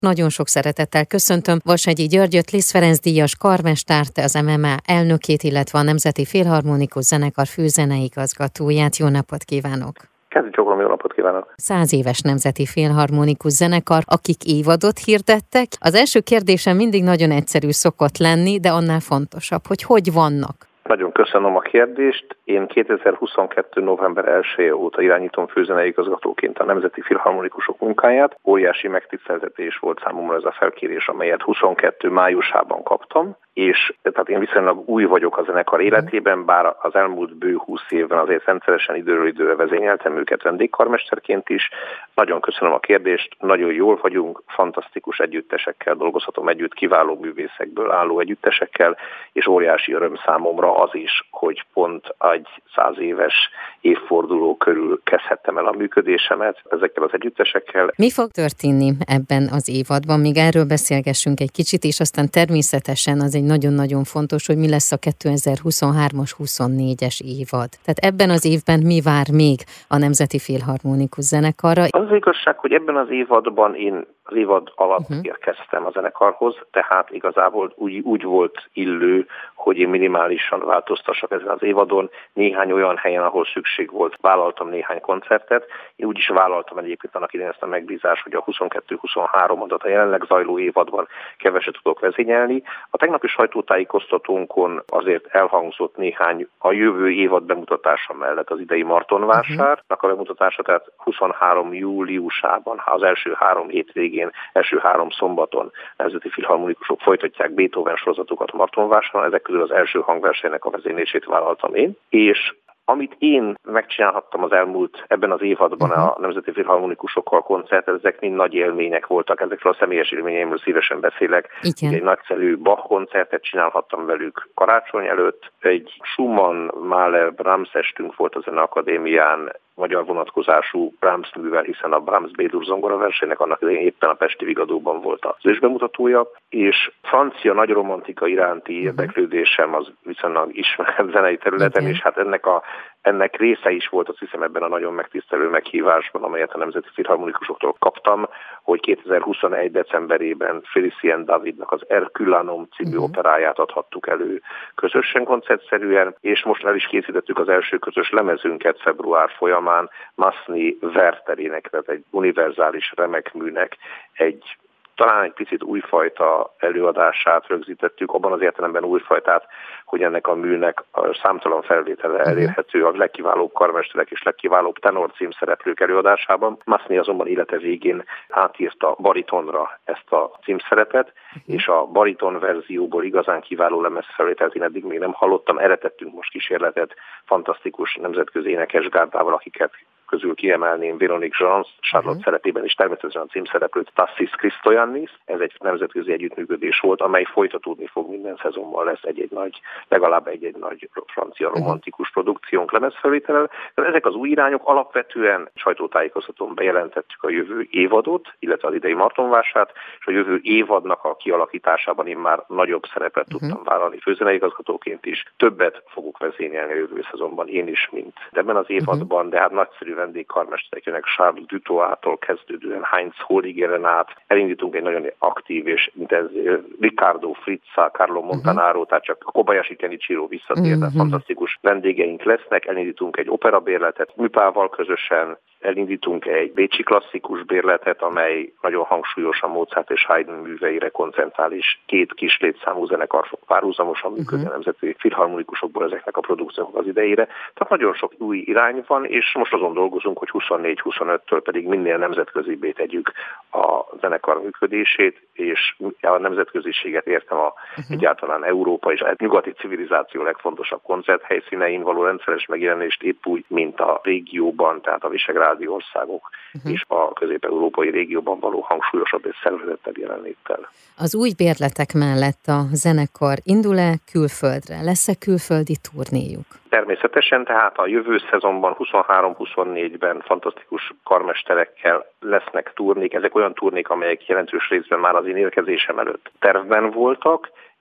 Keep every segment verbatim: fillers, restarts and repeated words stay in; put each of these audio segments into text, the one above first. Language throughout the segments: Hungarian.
nagyon sok szeretettel köszöntöm Vasegyi Györgyöt, Liszt Ferenc díjas karmestert, az em em á elnökét, illetve a Nemzeti Filharmonikus Zenekar főzeneigazgatóját. Jó napot kívánok! Kezdjük csókolom, jó napot kívánok! Száz éves Nemzeti Filharmonikus Zenekar, akik évadot hirdettek. Az első kérdésem mindig nagyon egyszerű szokott lenni, de annál fontosabb, hogy hogy vannak. Nagyon köszönöm a kérdést. Én kétezer-huszonkettő. november elseje óta irányítom főzeneigazgatóként a Nemzeti Filharmonikusok munkáját. Óriási megtiszteltetés volt számomra ez a felkérés, amelyet huszonkettő májusában kaptam, és tehát én viszonylag új vagyok a zenekar életében, bár az elmúlt bő húsz évben azért rendszeresen időről időre vezényeltem őket vendégkarmesterként is. Nagyon köszönöm a kérdést, nagyon jól vagyunk, fantasztikus együttesekkel dolgozhatom együtt, kiváló művészekből álló együttesekkel, és óriási öröm számomra az is, hogy pont egy száz éves évforduló körül kezdhettem el a működésemet ezekkel az együttesekkel. Mi fog történni ebben az évadban? Még erről beszélgessünk egy kicsit, és aztán természetesen az egy nagyon-nagyon fontos, hogy mi lesz a kétezer-huszonhármas huszonnégyes évad. Tehát ebben az évben mi vár még a Nemzeti Filharmonikus Zenekarra? Az igazság, hogy ebben az évadban én az évad alatt uh-huh. érkeztem a zenekarhoz, tehát igazából úgy, úgy volt illő, hogy én minimálisan változtassak ezen az évadon. Néhány olyan helyen, ahol szükség volt, vállaltam néhány koncertet. Én úgy is vállaltam egyébként annak idején ezt a megbízást, hogy a huszonkettő-huszonhárom adat a jelenleg zajló évadban keveset tudok vezényelni. A tegnapi sajtótájékoztatónkon azért elhangzott néhány a jövő évad bemutatása mellett az idei Martonvásárnak a bemutatása, tehát huszonhárom júliusában, az első három hétvégén, első három szombaton nemzeti filharmonikusok folytatják Beethoven sorozatukat Martonvásáron, ezek közül az első hangversenynek a vezénylését vállaltam én, és amit én megcsinálhattam az elmúlt ebben az évadban uh-huh. a Nemzeti Filharmonikusokkal koncert, ezek mind nagy élmények voltak, ezekről a személyes élményeimről szívesen beszélek. Igen. Egy nagyszerű Bach koncertet csinálhattam velük karácsony előtt, egy Schumann, Mahler, Brahms estünk volt a Zeneakadémián, magyar vonatkozású Brahms művel, hiszen a Brahms B-dur zongora versenynek annak idején éppen a Pesti Vigadóban volt az ősbemutatója, és francia nagy romantika iránti érdeklődésem az viszonylag ismert zenei területen, okay. és hát ennek a Ennek része is volt, azt hiszem, ebben a nagyon megtisztelő meghívásban, amelyet a Nemzeti Filharmonikusoktól kaptam, hogy kétezer-huszonegy. decemberében Félicien Davidnak az Herculanom című uh-huh. operáját adhattuk elő közösen koncertszerűen, és most el is készítettük az első közös lemezünket február folyamán, Massenet Wertherének, tehát egy univerzális remek műnek egy talán egy picit újfajta előadását rögzítettük, abban az értelemben újfajtát, hogy ennek a műnek a számtalan felvétele elérhető a legkiválóbb karmesterek és legkiválóbb tenor címszereplők előadásában. Massenet azonban élete végén átírta baritonra ezt a címszerepet, uh-huh. és a bariton verzióból igazán kiváló lemezfelvételt én eddig még nem hallottam. Erre tettünk most kísérletet fantasztikus nemzetközi énekesgárdával, akiket közül kiemelném Véronique Jans, Charlotte uh-huh. szerepében is természetesen a címszereplőt Tassis Christoyannis. Ez egy nemzetközi együttműködés volt, amely folytatódni fog minden szezonban, lesz egy-egy nagy, legalább egy-egy nagy francia romantikus uh-huh. produkciónk lemezfelvétellel. Ezek az új irányok alapvetően sajtótájékoztatón bejelentettük a jövő évadot, illetve az idei Martonvását, és a jövő évadnak a kialakításában én már nagyobb szerepet uh-huh. tudtam vállalni főzeneigazgatóként is. Többet fogok vezényelni a jövő szezonban én is, mint ebben az évadban, uh-huh. de hát nagyszerű vendégkarmesterek jönnek Charles Dutoit-tól kezdődően Heinz Holigeren át. Elindítunk egy nagyon aktív és intenzív Riccardo Frizza, Carlo Montanaro, uh-huh. tehát csak Kobayashi Kenichiro visszatért, uh-huh. fantasztikus vendégeink lesznek. Elindítunk egy operabérletet Műpával közösen, elindítunk egy bécsi klasszikus bérletet, amely nagyon hangsúlyosan Mozart és Haydn műveire koncentrál, és két kis létszámú zenekar fog párhuzamosan működni uh-huh. a Nemzeti Filharmonikusokból ezeknek a produkciók az idejére. Tehát nagyon sok új irány van, és most azon dolgozunk, hogy huszonnégy-huszonöttől pedig minél nemzetközibbé tegyük a zenekar működését, és a nemzetköziséget értem a uh-huh. egyáltalán Európa és a nyugati civilizáció legfontosabb koncerthelyszínein való rendszeres megjelenést épp úgy, mint a régióban, tehát a visegrádi országok uh-huh. és a közép-európai régióban való hangsúlyosabb és szervezettebb jelenléttel. Az új bérletek mellett a zenekar indul-e külföldre? Lesz-e külföldi turnéjuk? Természetesen, tehát a jövő szezonban huszonhárom-huszonnégyben fantasztikus karmesterekkel lesznek turnék. Ezek olyan turnék, amelyek jelentős részben már az én érkezésem előtt tervben voltak,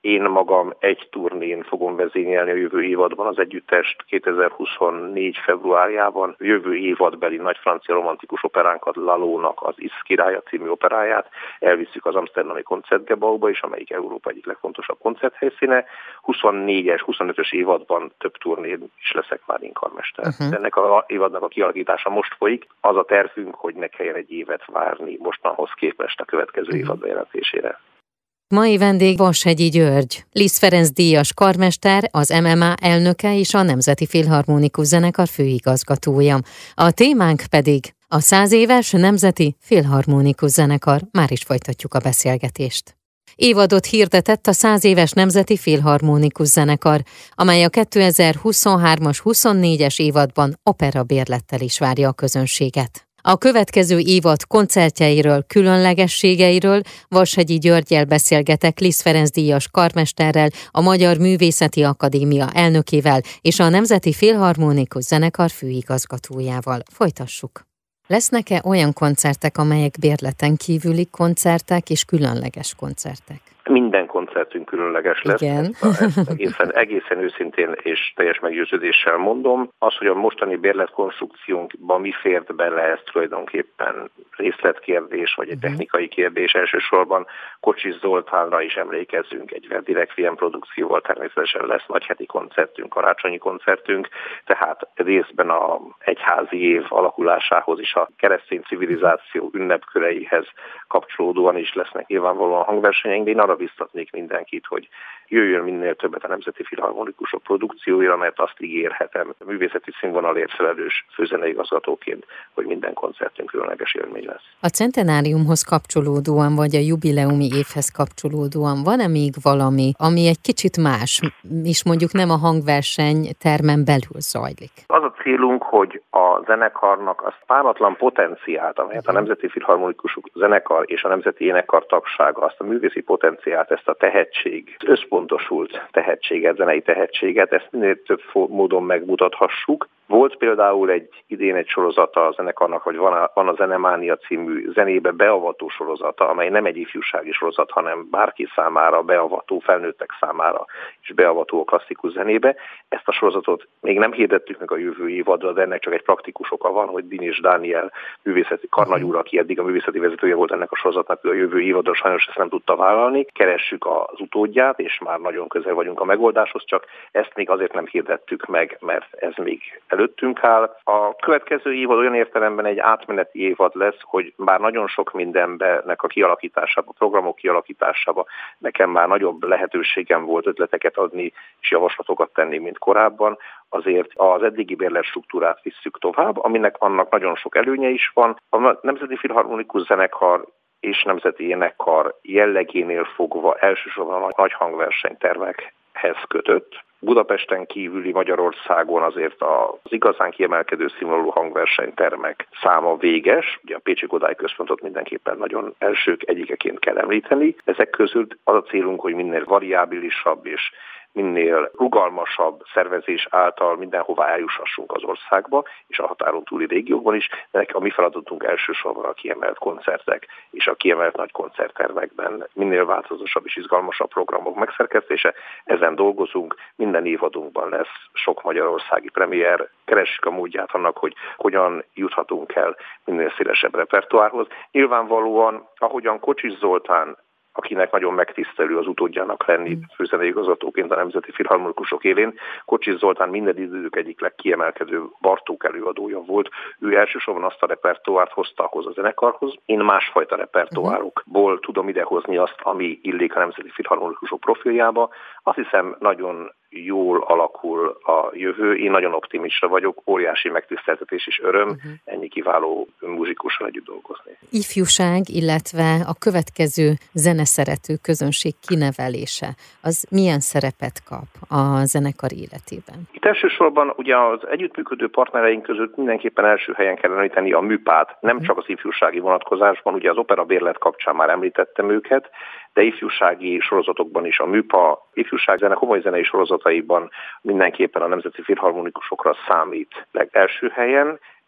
Én magam egy turnén fogom vezényelni a jövő évadban az együttest kétezer-huszonnégy februárjában. Jövő évadbeli nagy francia romantikus operánkat, Lalónak az Is királya című operáját elviszük az amszterdami koncertgebauba is, amelyik Európa egyik legfontosabb koncerthelyszíne. huszonnégyes, huszonötös évadban több turnén is leszek már én karmester. Uh-huh. Ennek a évadnak a kialakítása most folyik. Az a tervünk, hogy ne kelljen egy évet várni mostanhoz képest a következő uh-huh. évad bejelentésére. Mai vendég Vashegyi György, Liszt Ferenc díjas karmester, az em em á elnöke és a Nemzeti Filharmonikus Zenekar főigazgatója. A témánk pedig a száz éves Nemzeti Filharmonikus Zenekar. Már is folytatjuk a beszélgetést. Évadot hirdetett a száz éves Nemzeti Filharmonikus Zenekar, amely a kétezer-huszonhármas huszonnégyes évadban operabérlettel is várja a közönséget. A következő évad koncertjeiről, különlegességeiről Vashegyi Györggyel beszélgetek Liszt Ferenc díjas karmesterrel, a Magyar Művészeti Akadémia elnökével és a Nemzeti Filharmonikus Zenekar főigazgatójával. Folytassuk! Lesznek-e olyan koncertek, amelyek bérleten kívüli koncertek és különleges koncertek? Minden koncertünk különleges lesz. Igen. Ezt, ezt egészen, egészen őszintén és teljes meggyőződéssel mondom. Az, hogy a mostani bérletkonstrukciónkban mi fért bele, ez tulajdonképpen részletkérdés, vagy egy technikai kérdés. Elsősorban Kocsis Zoltánra is emlékezzünk, egy Verdi Requiem produkcióval természetesen lesz nagyheti koncertünk, karácsonyi koncertünk, tehát részben a egyházi év alakulásához is a keresztény civilizáció ünnepköreihez kapcsolódóan is lesznek nyilvánvalóan hangversenyeink, de én arra biztatnék mindenkit, hogy jöjjön minél többet a Nemzeti Filharmonikusok produkcióira, mert azt ígérhetem művészeti színvonalért felelős főzeneigazgatóként, hogy minden koncertünk különleges élmény lesz. A centenáriumhoz kapcsolódóan, vagy a jubileumi évhez kapcsolódóan van-e még valami, ami egy kicsit más, és mondjuk nem a hangverseny termen belül zajlik? Az a célunk, hogy a zenekarnak az páratlan potenciált, amelyet a Nemzeti Filharmonikusok zenekar és a Nemzeti Énekkar tagsága, azt a művészi potenciált, ezt a tehetség, összpontosult tehetséget, zenei tehetséget, ezt minél több módon megmutathassuk. Volt például egy idén egy sorozata a zenekarnak, hogy van a, van a Zenemánia című zenébe beavató sorozata, amely nem egy ifjúsági sorozat, hanem bárki számára beavató, felnőttek számára is beavató a klasszikus zenébe. Ezt a sorozatot még nem hirdettük meg a jövő évadra, de ennek csak egy praktikus oka van, hogy Dinis Dániel művészeti karnagyúr, aki eddig a művészeti vezetője volt ennek a sorozatnak, a jövő évadra sajnos ezt nem tudta vállalni. Keressük az utódját, és már nagyon közel vagyunk a megoldáshoz, csak ezt még azért nem hirdettük meg, mert ez még előttünk áll. A következő évad olyan értelemben egy átmeneti évad lesz, hogy bár nagyon sok mindennek a kialakításába, a programok kialakításába nekem már nagyobb lehetőségem volt ötleteket adni és javaslatokat tenni, mint korábban, azért az eddigi bérletstruktúrát visszük tovább, aminek annak nagyon sok előnye is van. A Nemzeti Filharmonikus Zenekar és Nemzeti Énekkar jellegénél fogva elsősorban a nagy hangversenytermekhez kötött. Budapesten kívüli Magyarországon azért az igazán kiemelkedő színvonalú hangversenytermek száma véges. Ugye a Pécsi Kodály Központot mindenképpen nagyon elsők egyikeként kell említeni. Ezek közül az a célunk, hogy minél variábilisabb és minél rugalmasabb szervezés által mindenhová eljushassunk az országba, és a határon túli régiókban is, de a mi feladatunk elsősorban a kiemelt koncertek és a kiemelt nagy koncerttermekben minél változatosabb és izgalmasabb programok megszerkesztése. Ezen dolgozunk, minden évadunkban lesz sok magyarországi premier, keressük a módját annak, hogy hogyan juthatunk el minél szélesebb repertoárhoz. Nyilvánvalóan, ahogyan Kocsis Zoltán, akinek nagyon megtisztelő az utódjának lenni főzeneigazgatóként a Nemzeti Filharmonikusok élén. Kocsis Zoltán minden idők egyik legkiemelkedő Bartók előadója volt. Ő elsősorban azt a repertoárt hozta ahhoz a zenekarhoz. Én másfajta repertoárokból tudom idehozni azt, ami illik a Nemzeti Filharmonikusok profiljába. Azt hiszem, nagyon jól alakul a jövő. Én nagyon optimista vagyok, óriási megtiszteltetés és öröm uh-huh. ennyi kiváló muzsikussal együtt dolgozni. Ifjúság, illetve a következő zeneszerető közönség kinevelése, az milyen szerepet kap a zenekar életében? Itt elsősorban ugye az együttműködő partnereink között mindenképpen első helyen kell említeni a műpát, nem uh-huh. csak az ifjúsági vonatkozásban, ugye az opera bérlet kapcsán már említettem őket, de ifjúsági sorozatokban is a műpa, ifjúságzene, komoly zenei sorozataiban mindenképpen a Nemzeti Filharmonikusokra számít legelső helyen.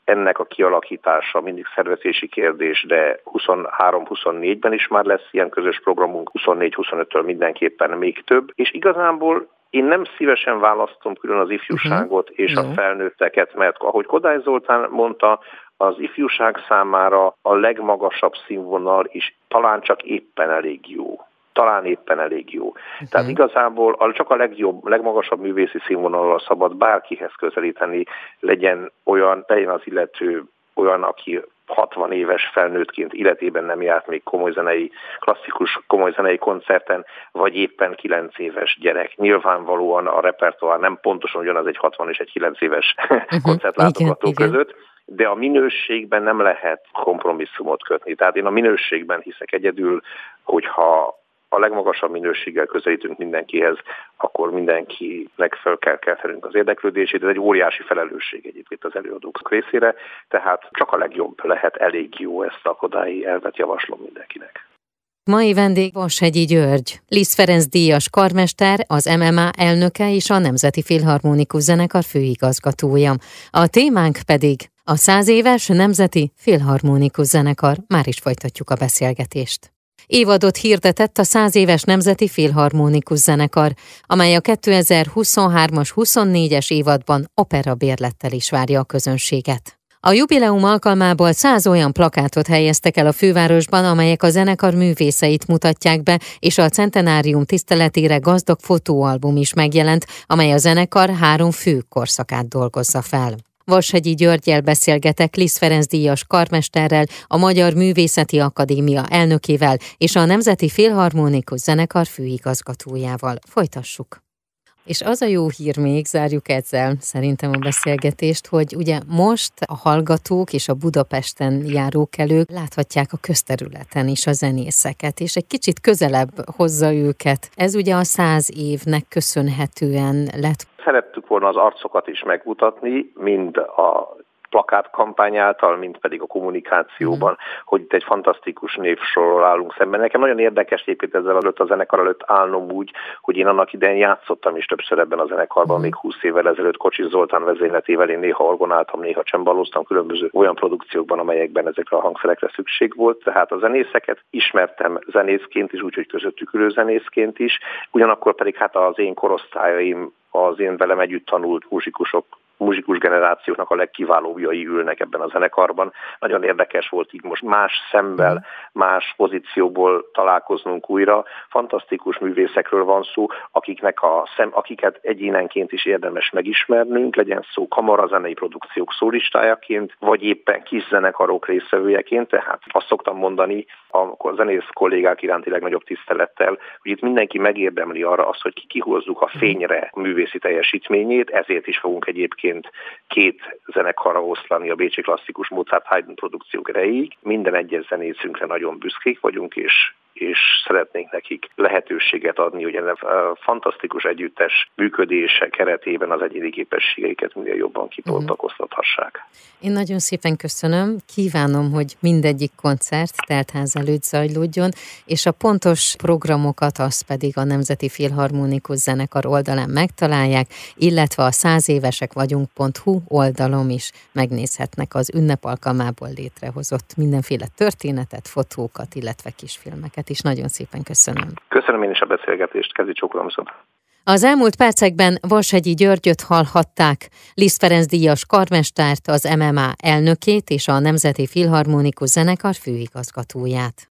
ennek a kialakítása mindig szervezési kérdés, de huszonhárom huszonnégyben is már lesz ilyen közös programunk, huszonnégy huszonöttől mindenképpen még több, és igazából én nem szívesen választom külön az ifjúságot uh-huh. és a felnőtteket, mert ahogy Kodály Zoltán mondta, az ifjúság számára a legmagasabb színvonal is talán csak éppen elég jó. Talán éppen elég jó. Uh-huh. Tehát igazából csak a legjobb, legmagasabb művészi színvonalról szabad bárkihez közelíteni, legyen olyan, legyen az illető olyan, aki hatvan éves felnőttként életében nem járt még komoly zenei, klasszikus komoly zenei koncerten, vagy éppen kilenc éves gyerek. Nyilvánvalóan a repertoár nem pontosan ugyanaz egy hatvan és egy kilenc éves uh-huh. koncertlátogató igen, között, igen. De a minőségben nem lehet kompromisszumot kötni. Tehát én a minőségben hiszek egyedül, hogyha a legmagasabb minőséggel közelítünk mindenkihez, akkor mindenkinek fel kell keltenünk az érdeklődését. Ez egy óriási felelősség egyébként az előadók részére, tehát csak a legjobb lehet, elég jó, ezt a Kodályi elvet javaslom mindenkinek. Mai vendég Vashegyi György, Liszt Ferenc díjas karmester, az em em á elnöke és a Nemzeti Filharmonikus Zenekar főigazgatója. A témánk pedig a száz éves Nemzeti Filharmonikus Zenekar. Már is folytatjuk a beszélgetést. Évadot hirdetett a száz éves Nemzeti Filharmonikus Zenekar, amely a kétezer-huszonhármas huszonnégyes évadban operabérlettel is várja a közönséget. A jubileum alkalmából száz olyan plakátot helyeztek el a fővárosban, amelyek a zenekar művészeit mutatják be, és a centenárium tiszteletére gazdag fotóalbum is megjelent, amely a zenekar három fő korszakát dolgozza fel. Vashegyi Györggyel beszélgetek, Liszt Ferenc díjas karmesterrel, a Magyar Művészeti Akadémia elnökével és a Nemzeti Filharmonikus Zenekar főigazgatójával. Folytassuk! És az a jó hír még, zárjuk ezzel szerintem a beszélgetést, hogy ugye most a hallgatók és a Budapesten járókelők láthatják a közterületen is a zenészeket, és egy kicsit közelebb hozza őket. Ez ugye a száz évnek köszönhetően lett. Szerettük volna az arcokat is megmutatni, mind a plakátkampány által, mint pedig a kommunikációban, mm. hogy itt egy fantasztikus névsorral állunk szemben. Nekem nagyon érdekes épít ezzel előtt a zenekar előtt állnom úgy, hogy én annak idején játszottam is többször ebben a zenekarban, mm. még húsz évvel ezelőtt Kocsis Zoltán vezényletével én néha orgonáltam, néha csembalóztam különböző olyan produkciókban, amelyekben ezekre a hangszerekre szükség volt. Tehát a zenészeket ismertem zenészként is, úgyhogy közöttük ülő zenészként is, ugyanakkor pedig hát az én korosztályaim, az én velem együtt tanult muzsikusok, muzsikus generációknak a legkiválóbbjai ülnek ebben a zenekarban. Nagyon érdekes volt így most más szemmel, más pozícióból találkoznunk újra. Fantasztikus művészekről van szó, akiknek a szem, akiket egyénenként is érdemes megismernünk, legyen szó kamarazenei produkciók szólistájaként, vagy éppen kis zenekarok résztvevőjeként. Tehát azt szoktam mondani a zenész kollégák iránti legnagyobb tisztelettel, hogy itt mindenki megérdemli arra azt, hogy kihozzuk a fényre a művészi teljesítményét, ezért is fogunk egyébként két zenekarra oszlani a bécsi klasszikus Mozart Haydn produkciók erejéig. Minden egyes zenészünkre nagyon büszkék vagyunk, és és szeretnénk nekik lehetőséget adni, hogy ennek a fantasztikus együttes működése keretében az egyéni képességeiket minél jobban kibontakoztathassák. Én nagyon szépen köszönöm, kívánom, hogy mindegyik koncert teltház előtt zajlódjon, és a pontos programokat azt pedig a Nemzeti Filharmonikus Zenekar oldalán megtalálják, illetve a százévesek vagyunk pont hu oldalon is megnézhetnek az ünnep alkalmából létrehozott mindenféle történetet, fotókat, illetve kisfilmeket is. Nagyon szépen köszönöm. Köszönöm én is a beszélgetést, kezi csókolom szó. Az elmúlt percekben Vashegyi Györgyöt hallhatták, Liszt Ferenc díjas karmestert, az em em á elnökét és a Nemzeti Filharmonikus Zenekar főigazgatóját.